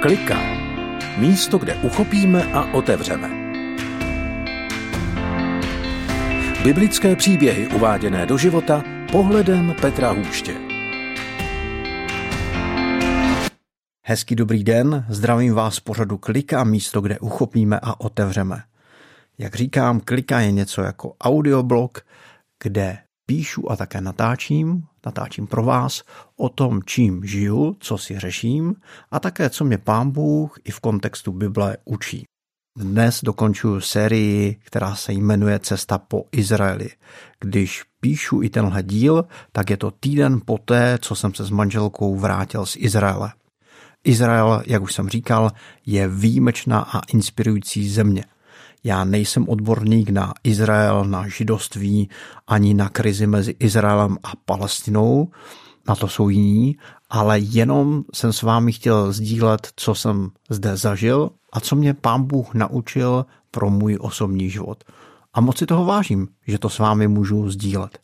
Klika. Místo, kde uchopíme a otevřeme. Biblické příběhy uváděné do života pohledem Petra Hůště. Hezký dobrý den, zdravím vás z pořadu Klika, místo, kde uchopíme a otevřeme. Jak říkám, Klika je něco jako audioblog, kde píšu a také natáčím pro vás o tom, čím žiju, co si řeším a také, co mě Pán Bůh i v kontextu Bible učí. Dnes dokončuji sérii, která se jmenuje Cesta po Izraeli. Když píšu i tenhle díl, tak je to týden poté, co jsem se s manželkou vrátil z Izraele. Izrael, jak už jsem říkal, je výjimečná a inspirující země. Já nejsem odborník na Izrael, na židovství, ani na krizi mezi Izraelem a Palestinou, na to jsou jiní, ale jenom jsem s vámi chtěl sdílet, co jsem zde zažil a co mě Pán Bůh naučil pro můj osobní život. A moc si toho vážím, že to s vámi můžu sdílet.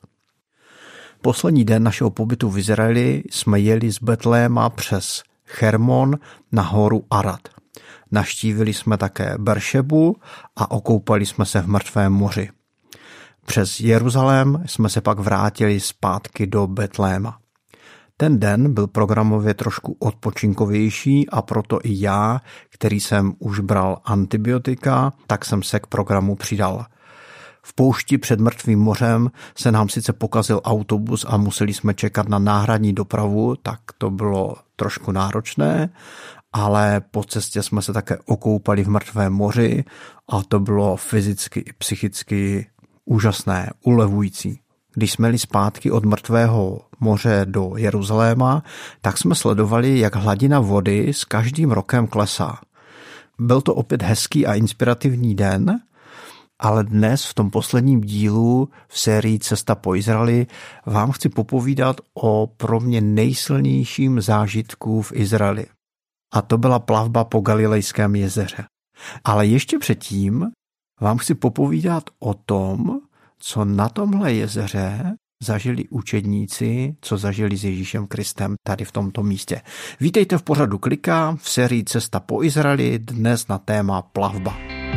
Poslední den našeho pobytu v Izraeli jsme jeli z Betléma přes Chermon na horu Arad. Navštívili jsme také Beršebu a okoupali jsme se v Mrtvém moři. Přes Jeruzalém jsme se pak vrátili zpátky do Betléma. Ten den byl programově trošku odpočinkovější a proto i já, který jsem už bral antibiotika, tak jsem se k programu přidal. V poušti před Mrtvým mořem se nám sice pokazil autobus a museli jsme čekat na náhradní dopravu, tak to bylo trošku náročné, ale po cestě jsme se také okoupali v Mrtvém moři a to bylo fyzicky i psychicky úžasné, ulevující. Když jsme jeli zpátky od Mrtvého moře do Jeruzaléma, tak jsme sledovali, jak hladina vody s každým rokem klesá. Byl to opět hezký a inspirativní den, ale dnes v tom posledním dílu v sérii Cesta po Izraeli vám chci popovídat o pro mě nejsilnějším zážitku v Izraeli. A to byla plavba po Galilejském jezeře. Ale ještě předtím vám chci popovídat o tom, co na tomhle jezeře zažili učedníci, co zažili s Ježíšem Kristem tady v tomto místě. Vítejte v pořadu Klika v sérii Cesta po Izraeli, dnes na téma plavba.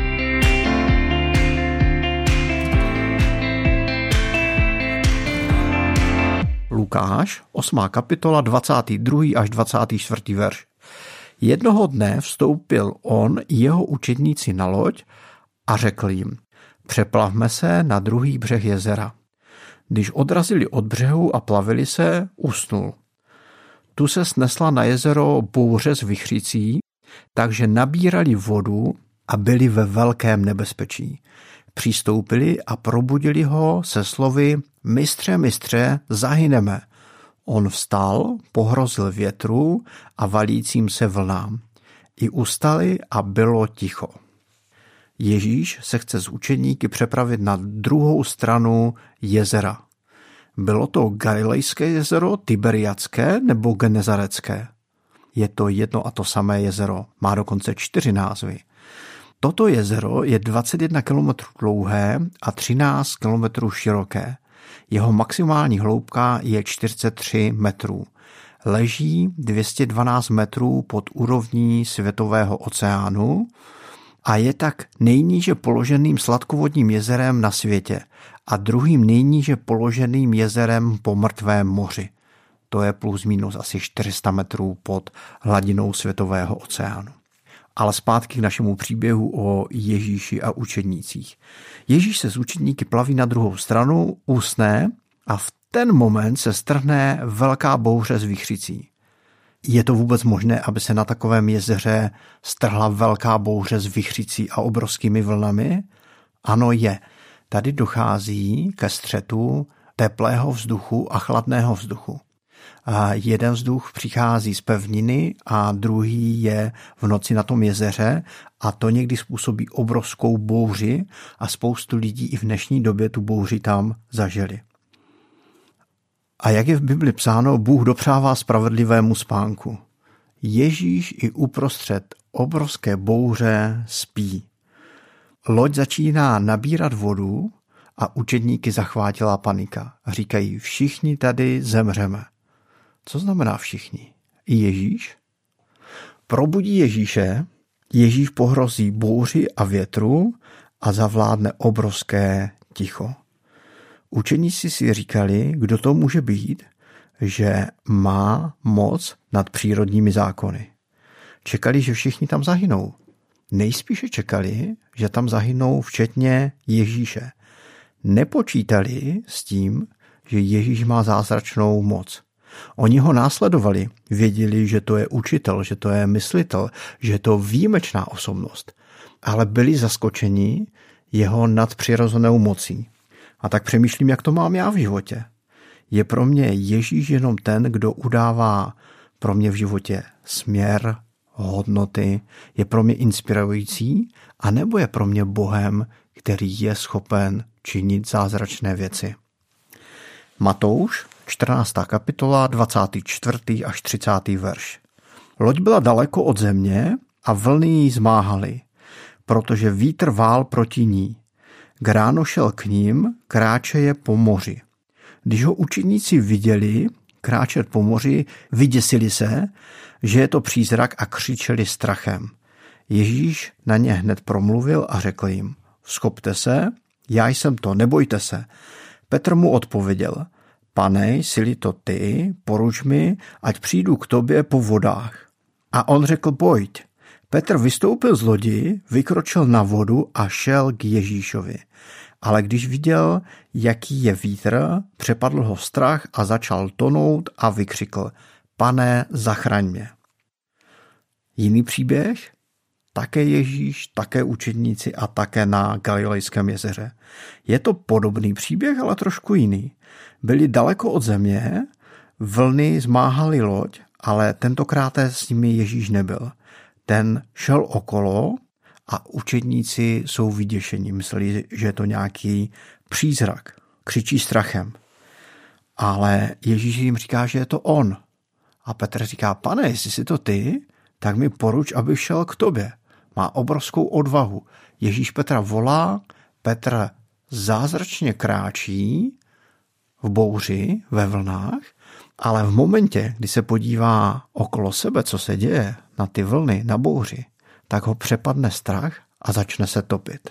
Lukáš, 8. kapitola, 22. až 24. verš. Jednoho dne vstoupil on i jeho učedníci na loď a řekl jim, přeplavme se na druhý břeh jezera. Když odrazili od břehu a plavili se, usnul. Tu se snesla na jezero bouře s vichřicí, takže nabírali vodu a byli ve velkém nebezpečí. Přistoupili a probudili ho se slovy, mistře, mistře, zahyneme. On vstal, pohrozil větru a valícím se vlnám. I ustali a bylo ticho. Ježíš se chce s učedníky přepravit na druhou stranu jezera. Bylo to Galilejské jezero, Tiberiadské nebo Genezarecké? Je to jedno a to samé jezero, má dokonce 4 názvy. Toto jezero je 21 km dlouhé a 13 km široké. Jeho maximální hloubka je 43 metrů. Leží 212 metrů pod úrovní Světového oceánu a je tak nejníže položeným sladkovodním jezerem na světě a druhým nejníže položeným jezerem po Mrtvém moři. To je plus minus asi 400 metrů pod hladinou Světového oceánu. Ale zpátky k našemu příběhu o Ježíši a učednících. Ježíš se s učedníky plaví na druhou stranu, usne a v ten moment se strhne velká bouře s vichřicí. Je to vůbec možné, aby se na takovém jezeře strhla velká bouře s vichřicí a obrovskými vlnami? Ano, je. Tady dochází ke střetu teplého vzduchu a chladného vzduchu. A jeden vzduch přichází z pevniny a druhý je v noci na tom jezeře a to někdy způsobí obrovskou bouři a spoustu lidí i v dnešní době tu bouři tam zažili. A jak je v Bibli psáno, Bůh dopřává spravedlivému spánku. Ježíš i uprostřed obrovské bouře spí. Loď začíná nabírat vodu a učedníky zachvátila panika. Říkají, všichni tady zemřeme. Co znamená všichni? I Ježíš? probudí Ježíše, Ježíš pohrozí bouři a větru a zavládne obrovské ticho. Učeníci si říkali, kdo to může být, že má moc nad přírodními zákony. Čekali, že všichni tam zahynou. Nejspíše čekali, že tam zahynou včetně Ježíše. Nepočítali s tím, že Ježíš má zázračnou moc. Oni ho následovali, věděli, že to je učitel, že to je myslitel, že je to výjimečná osobnost, ale byli zaskočeni jeho nadpřirozenou mocí. A tak přemýšlím, jak to mám já v životě. Je pro mě Ježíš jenom ten, kdo udává pro mě v životě směr, hodnoty, je pro mě inspirující, anebo je pro mě Bohem, který je schopen činit zázračné věci. Matouš, 14. kapitola, 24. až 30. verš. Loď byla daleko od země a vlny ji zmáhaly, protože vítr vál proti ní. K ránu šel k ním, kráčeje po moři. Když ho učeníci viděli kráčet po moři, vyděsili se, že je to přízrak a křičeli strachem. Ježíš na ně hned promluvil a řekl jim, vzkopte se, já jsem to, nebojte se. Petr mu odpověděl, Pane, jsi-li to ty, poruč mi, ať přijdu k tobě po vodách. A on řekl, pojď. Petr vystoupil z lodi, vykročil na vodu a šel k Ježíšovi. Ale když viděl, jaký je vítr, přepadl ho strach a začal tonout a vykřikl, Pane, zachraň mě. Jiný příběh? Také Ježíš, také učedníci a také na Galilejském jezeře. Je to podobný příběh, ale trošku jiný. Byli daleko od země, vlny zmáhaly loď, ale tentokrát s nimi Ježíš nebyl. Ten šel okolo a učedníci jsou vyděšení. Mysleli, že je to nějaký přízrak. Křičí strachem. Ale Ježíš jim říká, že je to on. A Petr říká, Pane, jestli jsi to ty, tak mi poruč, abych šel k tobě. Má obrovskou odvahu. Ježíš Petra volá, Petr zázračně kráčí v bouři, ve vlnách, ale v momentě, kdy se podívá okolo sebe, co se děje na ty vlny, na bouři, tak ho přepadne strach a začne se topit.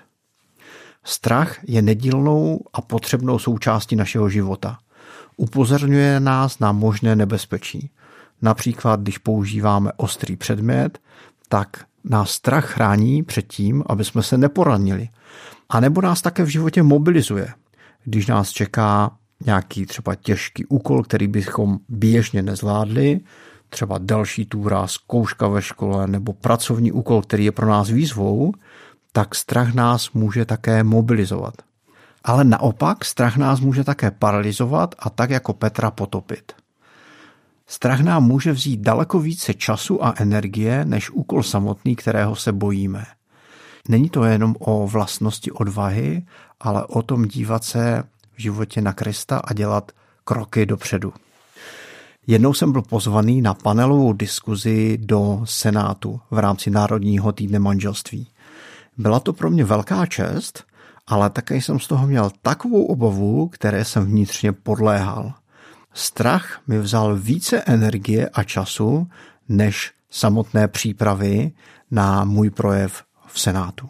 Strach je nedílnou a potřebnou součástí našeho života. Upozorňuje nás na možné nebezpečí. Například, když používáme ostrý předmět, tak nás strach chrání před tím, aby jsme se neporanili. A nebo nás také v životě mobilizuje. Když nás čeká nějaký třeba těžký úkol, který bychom běžně nezvládli, třeba další túra, zkouška ve škole nebo pracovní úkol, který je pro nás výzvou, tak strach nás může také mobilizovat. Ale naopak strach nás může také paralyzovat a tak jako Petra potopit. Strach nám může vzít daleko více času a energie než úkol samotný, kterého se bojíme. Není to jenom o vlastnosti odvahy, ale o tom dívat se v životě na Krista a dělat kroky dopředu. Jednou jsem byl pozvaný na panelovou diskuzi do Senátu v rámci Národního týdne manželství. Byla to pro mě velká čest, ale také jsem z toho měl takovou obavu, které jsem vnitřně podléhal. Strach mi vzal více energie a času, než samotné přípravy na můj projev v Senátu.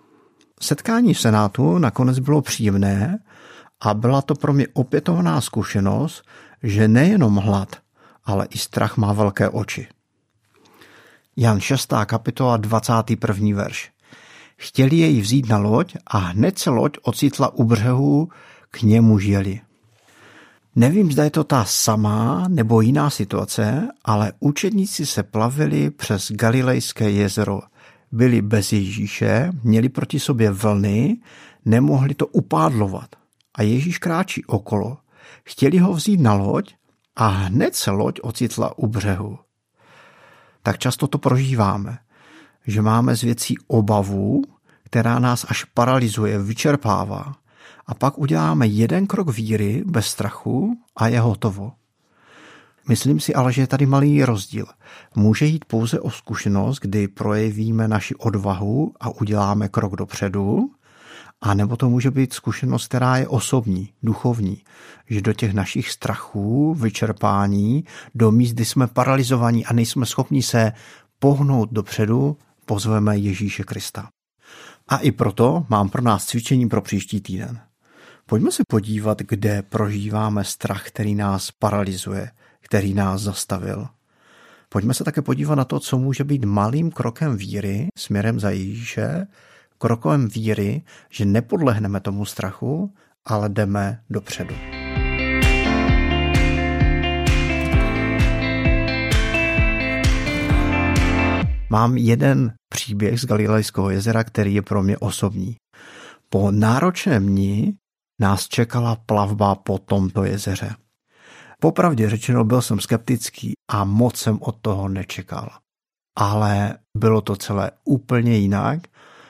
Setkání v Senátu nakonec bylo příjemné a byla to pro mě opětovná zkušenost, že nejenom hlad, ale i strach má velké oči. Jan 6. kapitola 21. verš. Chtěli jej vzít na loď a hned se loď ocitla u břehu, k němuž jeli. Nevím, zda je to ta samá nebo jiná situace, ale učedníci se plavili přes Galilejské jezero. Byli bez Ježíše, měli proti sobě vlny, nemohli to upádlovat. A Ježíš kráčí okolo. Chtěli ho vzít na loď a hned se loď ocitla u břehu. Tak často to prožíváme, že máme z věcí obavu, která nás až paralyzuje, vyčerpává. A pak uděláme jeden krok víry bez strachu a je hotovo. Myslím si ale, že je tady malý rozdíl. Může jít pouze o zkušenost, kdy projevíme naši odvahu a uděláme krok dopředu, a nebo to může být zkušenost, která je osobní, duchovní, že do těch našich strachů, vyčerpání, do míst, kdy jsme paralyzovaní a nejsme schopni se pohnout dopředu, pozveme Ježíše Krista. A i proto mám pro nás cvičení pro příští týden. Pojďme se podívat, kde prožíváme strach, který nás paralyzuje, který nás zastavil. Pojďme se také podívat na to, co může být malým krokem víry směrem za Ježíše, krokem víry, že nepodlehneme tomu strachu, ale jdeme dopředu. Mám jeden příběh z Galilejského jezera, který je pro mě osobní. Po náročném dni nás čekala plavba po tomto jezeře. Popravdě řečeno, byl jsem skeptický a moc jsem od toho nečekal. Ale bylo to celé úplně jinak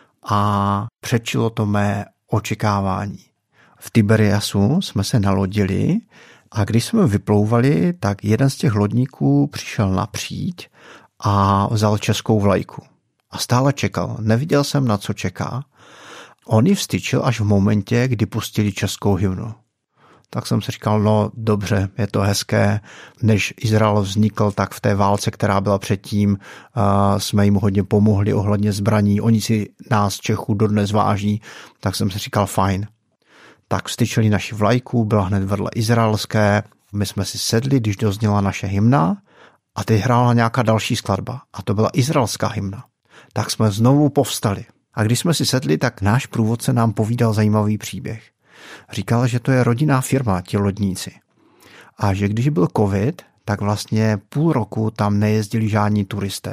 a předčilo to mé očekávání. V Tiberiasu jsme se nalodili a když jsme vyplouvali, tak jeden z těch lodníků přišel napříč a vzal českou vlajku. A stále čekal. Neviděl jsem, na co čeká. On ji vstyčil až v momentě, kdy pustili českou hymnu. Tak jsem si říkal, no dobře, je to hezké. Než Izrael vznikl, tak v té válce, která byla předtím, jsme jim hodně pomohli ohledně zbraní. Oni si nás Čechů dodnes váží, tak jsem si říkal, fajn. Tak vstyčili naši vlajku, byla hned vedle izraelské. My jsme si sedli, když dozněla naše hymna a teď hrála nějaká další skladba. A to byla izraelská hymna. Tak jsme znovu povstali. A když jsme si sedli, tak náš průvodce nám povídal zajímavý příběh. Říkal, že to je rodinná firma, ti lodníci. A že když byl covid, tak vlastně půl roku tam nejezdili žádní turisté.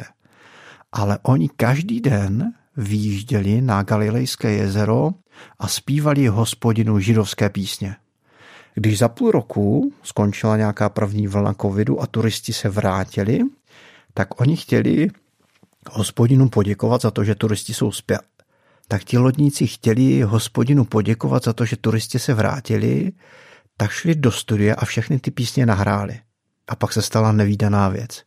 Ale oni každý den vyjížděli na Galilejské jezero a zpívali Hospodinu židovské písně. Když za půl roku skončila nějaká první vlna covidu a turisti se vrátili, tak oni chtěli Hospodinu poděkovat za to, že turisti jsou zpět. Tak ti lodníci chtěli Hospodinu poděkovat za to, že turisti se vrátili, tak šli do studia a všechny ty písně nahráli. A pak se stala nevídaná věc.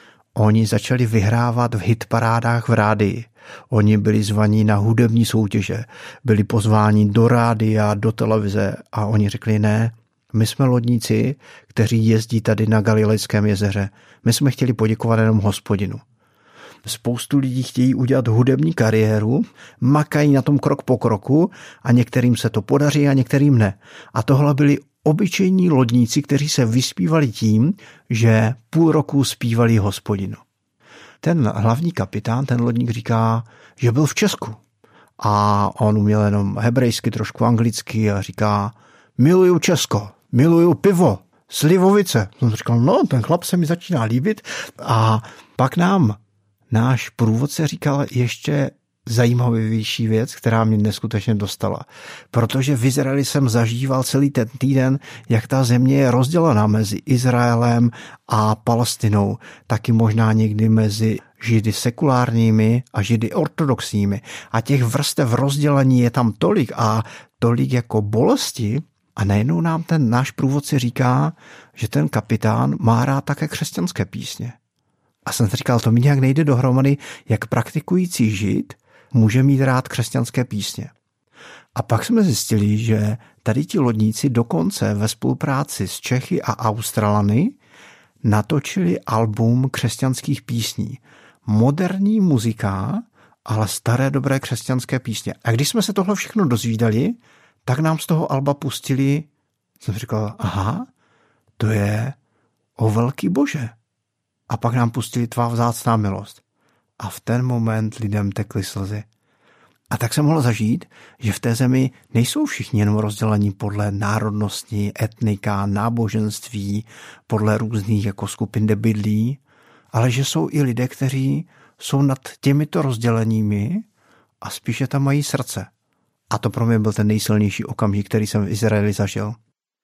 Oni začali vyhrávat v hitparádách v rádii. Oni byli zvaní na hudební soutěže, byli pozváni do rádia, do televize a oni řekli ne, my jsme lodníci, kteří jezdí tady na Galilejském jezeře. My jsme chtěli poděkovat jenom Hospodinu. Spoustu lidí chtějí udělat hudební kariéru, makají na tom krok po kroku a některým se to podaří a některým ne. A tohle byli obyčejní lodníci, kteří se vyspívali tím, že půl roku zpívali Hospodinu. Ten hlavní kapitán, ten lodník říká, že byl v Česku. A on uměl jenom hebrejsky, trošku anglicky a říká, miluju Česko, miluju pivo, slivovice. On říkal, no ten chlap se mi začíná líbit. A pak nám náš průvodce říkal ještě zajímavější věc, která mě neskutečně dostala. Protože v Izraeli jsem zažíval celý ten týden, jak ta země je rozdělena mezi Izraelem a Palestinou, taky možná někdy mezi Židy sekulárními a Židy ortodoxními. A těch vrstev rozdělení je tam tolik a tolik jako bolesti. A najednou nám ten náš průvodce říká, že ten kapitán má rád také křesťanské písně. A jsem si říkal, to mi nějak nejde dohromady, jak praktikující žid může mít rád křesťanské písně. A pak jsme zjistili, že tady ti lodníci dokonce ve spolupráci s Čechy a Australany natočili album křesťanských písní. Moderní muzika, ale staré dobré křesťanské písně. A když jsme se tohle všechno dozvídali, tak nám z toho alba pustili, jsem říkal, aha, to je O velký Bože. A pak nám pustili Tvá vzácná milost. A v ten moment lidem tekly slzy. A tak jsem mohl zažít, že v té zemi nejsou všichni jenom rozdělení podle národnosti, etnika, náboženství, podle různých jako skupin, kde bydlí, ale že jsou i lidé, kteří jsou nad těmito rozděleními a spíše tam mají srdce. A to pro mě byl ten nejsilnější okamžik, který jsem v Izraeli zažil.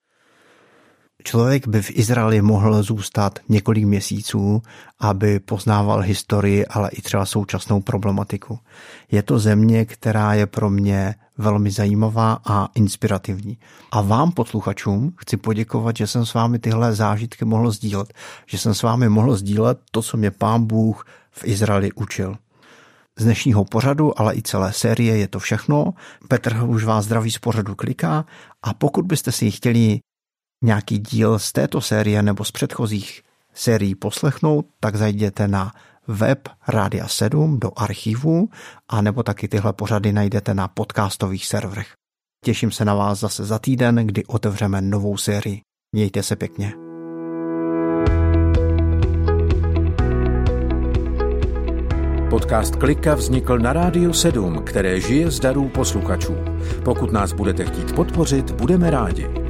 Člověk by v Izraeli mohl zůstat několik měsíců, aby poznával historii, ale i třeba současnou problematiku. Je to země, která je pro mě velmi zajímavá a inspirativní. A vám, posluchačům, chci poděkovat, že jsem s vámi tyhle zážitky mohl sdílet. Že jsem s vámi mohl sdílet to, co mě Pán Bůh v Izraeli učil. Z dnešního pořadu, ale i celé série je to všechno. Petr už vás zdraví z pořadu Klika a pokud byste si chtěli nějaký díl z této série nebo z předchozích sérií poslechnout, tak zajděte na web Rádia 7 do archivu, anebo taky tyhle pořady najdete na podcastových serverech. Těším se na vás zase za týden, kdy otevřeme novou sérii. Mějte se pěkně. Podcast Klika vznikl na Rádiu 7, které žije z darů posluchačů. Pokud nás budete chtít podpořit, budeme rádi.